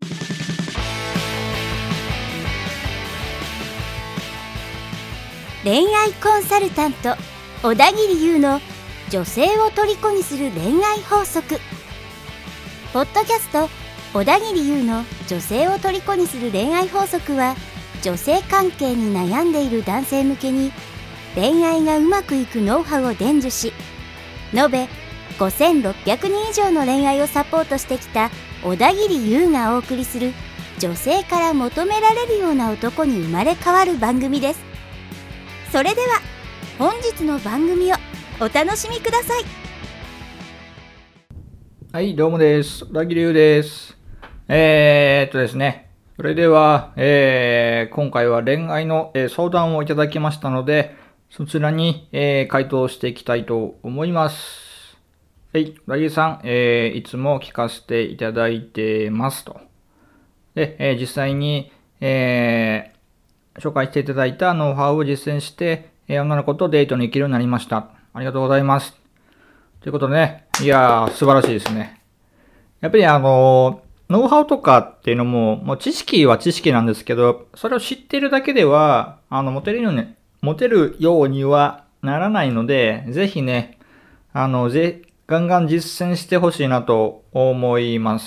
恋愛コンサルタント小田切優の女性を虜にする恋愛法則。ポッドキャスト小田切優の女性を虜にする恋愛法則は、女性関係に悩んでいる男性向けに恋愛がうまくいくノウハウを伝授し、延べ5600人以上の恋愛をサポートしてきた小田切優がお送りする、女性から求められるような男に生まれ変わる番組です。それでは本日の番組をお楽しみください。 はい、どうもです。小田切優です。ですね。それでは、今回は恋愛の、相談をいただきましたので、そちらに、回答していきたいと思います。はい、小田切さん、いつも聞かせていただいてますと。で、実際に、紹介していただいたノウハウを実践して、女の子とデートに行けるようになりました。ありがとうございます。ということでね、いやー、素晴らしいですね。やっぱりノウハウとかっていうのも、もう知識は知識なんですけど、それを知っているだけでは、モテるようにはならないので、ぜひね、ガンガン実践してほしいなと思います。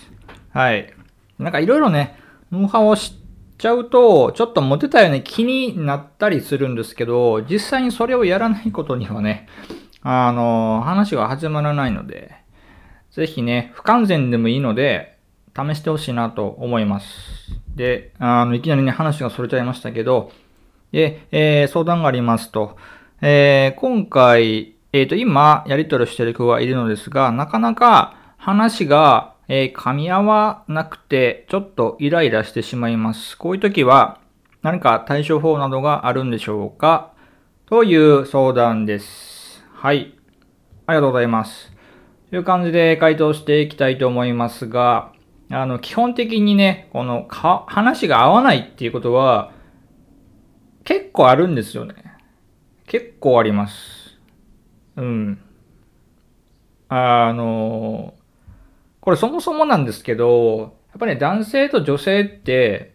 はい。なんかいろいろね、ノウハウを知っちゃうと、ちょっとモテたように気になったりするんですけど、実際にそれをやらないことにはね、話が始まらないので、ぜひね、不完全でもいいので、試してほしいなと思います。で、いきなりね、話がそれちゃいましたけど、で、相談がありますと、今回、今、やり取りしている子がいるのですが、なかなか話が、噛み合わなくて、ちょっとイライラしてしまいます。こういう時は、何か対処法などがあるんでしょうかという相談です。はい。ありがとうございます。という感じで回答していきたいと思いますが、基本的にね、話が合わないっていうことは、結構あるんですよね。結構あります。うん。これそもそもなんですけど、やっぱりね、男性と女性って、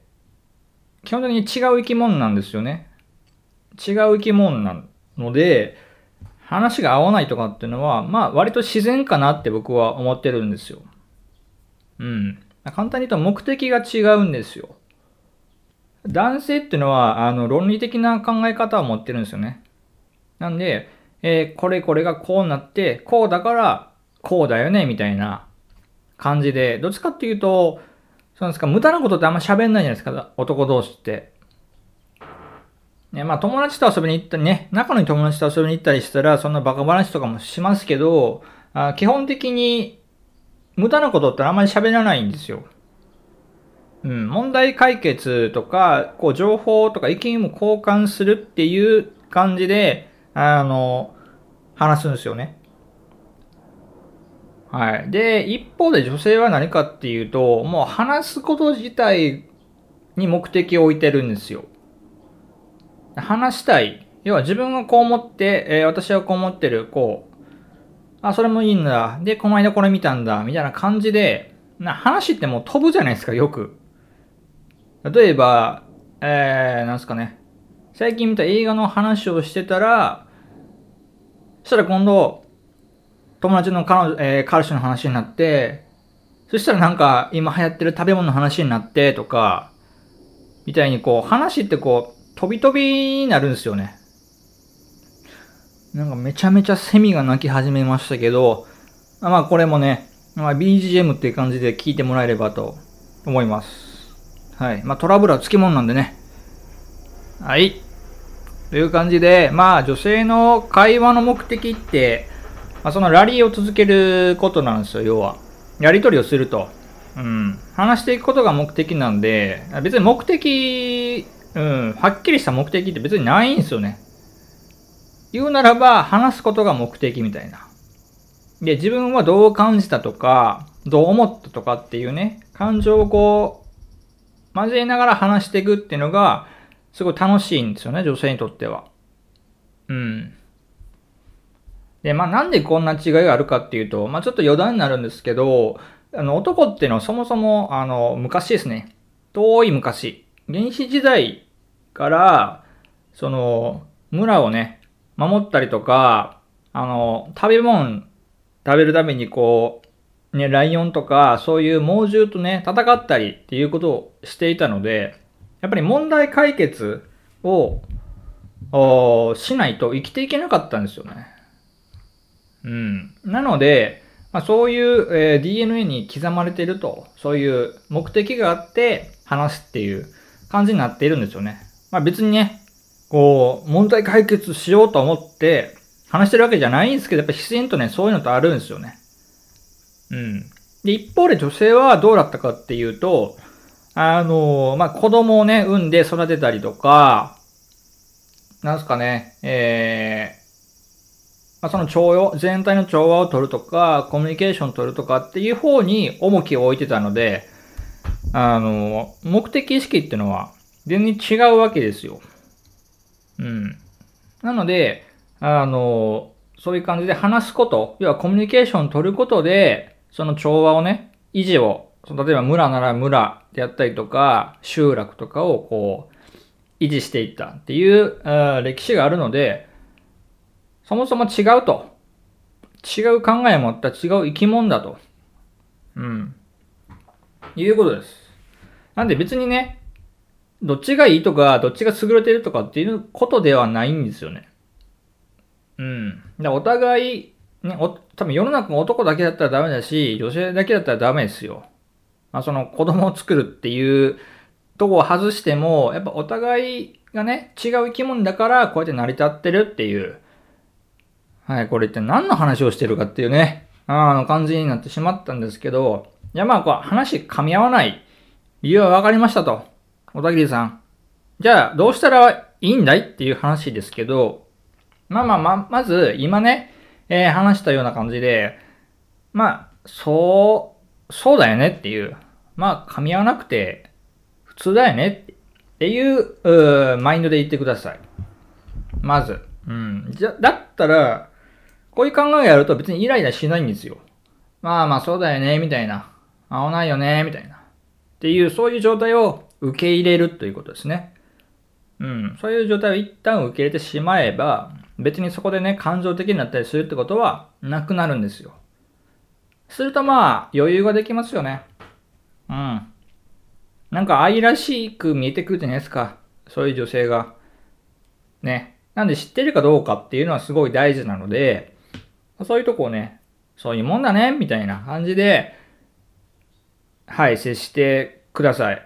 基本的に違う生き物なんですよね。違う生き物なので、話が合わないとかっていうのは、まあ割と自然かなって僕は思ってるんですよ。うん。簡単に言うと目的が違うんですよ。男性っていうのは、論理的な考え方を持ってるんですよね。なんで、これがこうなって、こうだからこうだよね、みたいな感じで、どっちかっていうと、そうですか、無駄なことってあんま喋んないじゃないですか、男同士って。ね、まあ友達と遊びに行ったりね、仲のいい友達と遊びに行ったりしたら、そんなバカ話とかもしますけど、基本的に無駄なことってあんまり喋らないんですよ。うん、問題解決とか、情報とか意見も交換するっていう感じで、話すんですよね。はい。で、一方で女性は何かっていうと、もう話すこと自体に目的を置いてるんですよ。話したい。要は自分がこう思って、私はこう思ってる、それもいいんだ。で、この間これ見たんだ。みたいな感じで、話ってもう飛ぶじゃないですか、よく。例えば、なんすかね。最近見た映画の話をしてたら、そしたら今度、友達の彼氏の話になって、そしたらなんか今流行ってる食べ物の話になってとか、みたいに話って飛び飛びになるんですよね。なんかめちゃめちゃセミが鳴き始めましたけど、まあこれもね、BGM っていう感じで聞いてもらえればと思います。はい。まあトラブルはつきものなんでね。はい。という感じで、まあ女性の会話の目的って、そのラリーを続けることなんですよ、要は。やり取りをすると。うん。話していくことが目的なんで、別に目的、はっきりした目的って別にないんですよね。言うならば、話すことが目的みたいな。で、自分はどう感じたとか、どう思ったとかっていうね、感情を交えながら話していくっていうのが、すごい楽しいんですよね、女性にとっては。うん。で、なんでこんな違いがあるかっていうと、ちょっと余談になるんですけど、 男っていうのはそもそも、昔ですね。遠い昔。原始時代から、村をね、守ったりとか、食べ物食べるためにライオンとか、そういう猛獣とね、戦ったりっていうことをしていたので、やっぱり問題解決をしないと生きていけなかったんですよね。なので、そういう、DNA に刻まれていると、そういう目的があって話すっていう感じになっているんですよね。別にね、問題解決しようと思って話してるわけじゃないんですけど、やっぱ自然とね、そういうのってあるんですよね。で、一方で女性はどうだったかっていうと、子供をね、産んで育てたりとか、なんすかね、その全体の調和を取るとか、コミュニケーションを取るとかっていう方に重きを置いてたので、目的意識っていうのは全然違うわけですよ。なので、そういう感じで話すこと、要はコミュニケーションを取ることで、その調和をね、維持を、例えば村なら村であったりとか、集落とかを維持していったっていう歴史があるので、そもそも違うと。違う考えを持った違う生き物だと。いうことです。なんで別にね、どっちがいいとか、どっちが優れてるとかっていうことではないんですよね。お互い、ね、多分世の中も男だけだったらダメだし、女性だけだったらダメですよ。その子供を作るっていうとこを外しても、やっぱお互いがね、違う生き物だからこうやって成り立ってるっていう。はい、これ一体何の話をしてるかっていうね、感じになってしまったんですけど、いや話噛み合わない理由は分かりましたと。小田切さん。じゃあ、どうしたらいいんだいっていう話ですけど、まず、今ね、話したような感じで、そうだよねっていう、噛み合わなくて、普通だよねっていう、マインドで言ってください。まず。だったら、こういう考えがあると別にイライラしないんですよ。そうだよね、みたいな。合わないよね、みたいな。っていう、そういう状態を受け入れるということですね。そういう状態を一旦受け入れてしまえば、別にそこでね、感情的になったりするってことはなくなるんですよ。すると余裕ができますよね。なんか愛らしく見えてくるじゃないですか。そういう女性が。ね。なんで知ってるかどうかっていうのはすごい大事なので、そういうとこをね、そういうもんだね、みたいな感じで、はい、接してください。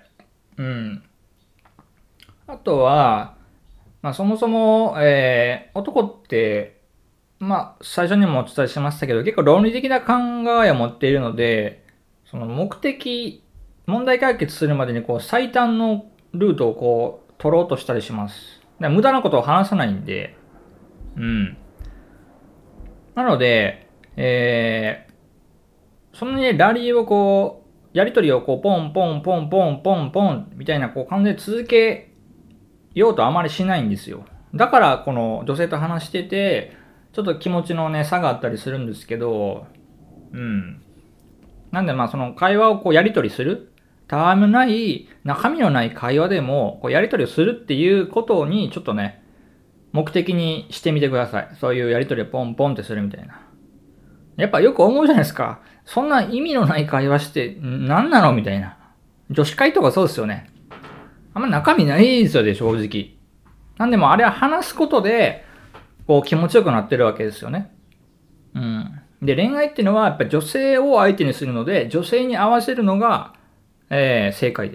あとは、そもそも、男って、最初にもお伝えしましたけど、結構論理的な考えを持っているので、その問題解決するまでに最短のルートを取ろうとしたりします。無駄なことを話さないんで、なので、そのね、ラリーをやりとりをポンポンポンポンポンポンみたいな感じで続けようとあまりしないんですよ。だからこの女性と話してて、ちょっと気持ちのね、差があったりするんですけど、なんでその会話をやりとりする、たわいもない、中身のない会話でもやりとりをするっていうことにちょっとね、目的にしてみてください。そういうやりとりをポンポンってするみたいな。やっぱよく思うじゃないですか。そんな意味のない会話して何なのみたいな。女子会とかそうですよね。あんま中身ないですよね、正直。なんでもあれは話すことで、気持ちよくなってるわけですよね。で、恋愛っていうのはやっぱり女性を相手にするので、女性に合わせるのが、正解です。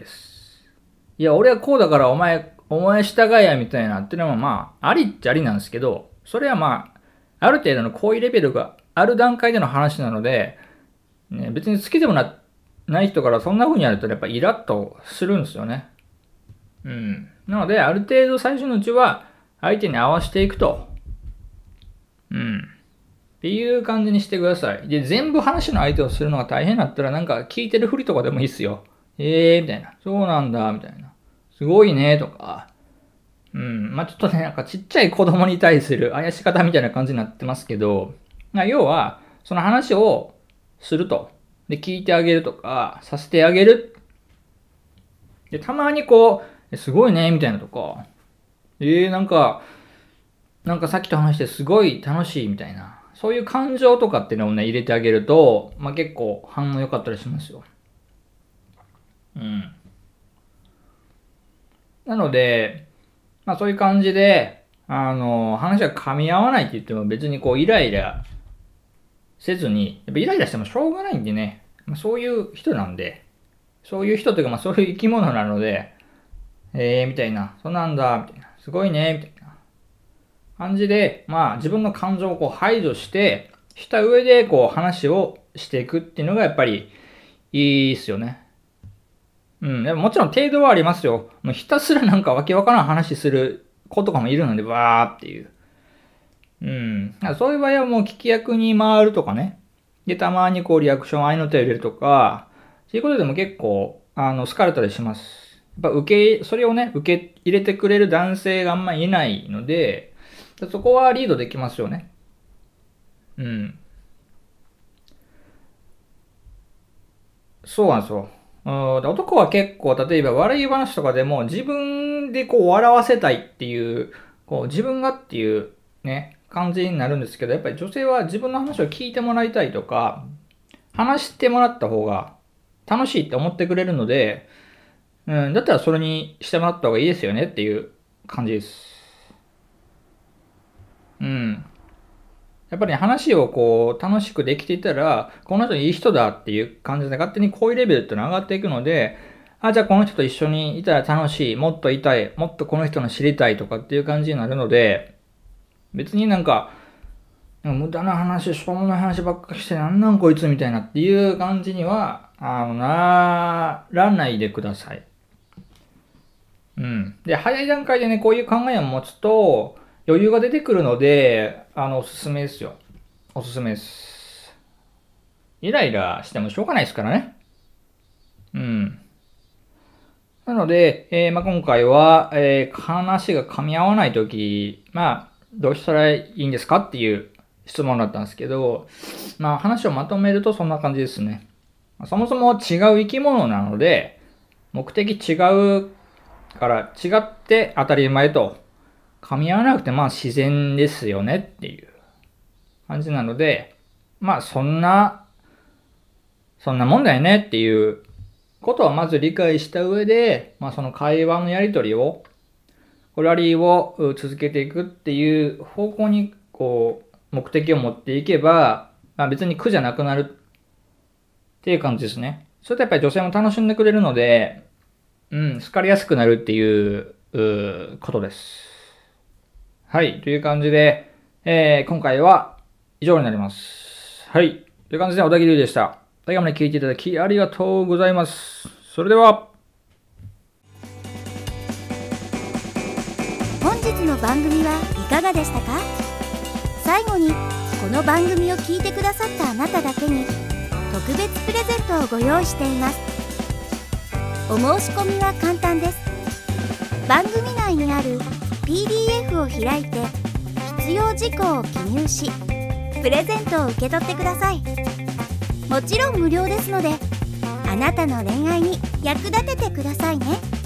いや、俺はこうだからお前従えやみたいなっていうのはありっちゃありなんですけど、それはある程度の好意レベルがある段階での話なので、ね、別に好きでもない人からそんな風にやるとやっぱイラッとするんですよね。なので、ある程度最初のうちは相手に合わせていくと。っていう感じにしてください。で、全部話の相手をするのが大変だったらなんか聞いてるふりとかでもいいっすよ。みたいな。そうなんだ、みたいな。すごいね、とか。ちょっとね、なんかちっちゃい子供に対する怪し方みたいな感じになってますけど、要は、その話をすると。 で、聞いてあげるとか、させてあげる。で、たまにこう、すごいね、みたいなとか、なんかさっきと話してすごい楽しいみたいな、そういう感情とかっていうのをね、入れてあげると、結構反応良かったりしますよ。なので、そういう感じで、話が噛み合わないって言っても別にこうイライラせずに、やっぱイライラしてもしょうがないんでね、そういう人なんで、そういう人というかそういう生き物なので、みたいな、そうなんだ、みたいな、すごいね、みたいな感じで、自分の感情をこう排除した上でこう話をしていくっていうのがやっぱりいいっすよね。でももちろん程度はありますよ。もうひたすらなんかわけわからん話する子とかもいるので、わーっていう。そういう場合はもう聞き役に回るとかね。で、たまにこうリアクション合いの手を入れるとか、そういうことでも結構、好かれたりします。やっぱそれをね、受け入れてくれる男性があんまりいないので、そこはリードできますよね。そうなんですよ。男は結構、例えば笑い話とかでも自分でこう笑わせたいっていう、こう自分がっていうね、感じになるんですけど、やっぱり女性は自分の話を聞いてもらいたいとか、話してもらった方が楽しいって思ってくれるので、だったらそれにしてもらった方がいいですよねっていう感じです。やっぱり、話をこう楽しくできていたら、この人いい人だっていう感じで勝手に好意レベルってのが上がっていくので、じゃあこの人と一緒にいたら楽しい、もっといたい、もっとこの人の知りたいとかっていう感じになるので、別になんか無駄な話、しょうもない話ばっかりしてなんこいつみたいなっていう感じには、ならないでください。で、早い段階でね、こういう考えを持つと、余裕が出てくるので、おすすめですよ。おすすめです。イライラしてもしょうがないですからね。なので、今回は、話が噛み合わないとき、どうしたらいいんですかっていう質問だったんですけど、話をまとめるとそんな感じですね。そもそも違う生き物なので、目的違うから違って当たり前と、噛み合わなくて自然ですよねっていう感じなので、そんなもんだよねっていうことはまず理解した上で、その会話のやりとりを、ラリーを続けていくっていう方向にこう目的を持っていけば、別に苦じゃなくなるっていう感じですね。それとやっぱり女性も楽しんでくれるので、好かれやすくなるっていうことです。はい、という感じで、今回は以上になります。はい、という感じで小田切でした。最後まで聞いていただきありがとうございます。それでは。 本日の番組はいかがでしたか？最後にこの番組を聞いてくださったあなただけに特別プレゼントをご用意しています。お申し込みは簡単です。番組内にある PDF を開いて必要事項を記入し、プレゼントを受け取ってください。もちろん無料ですので、あなたの恋愛に役立ててくださいね。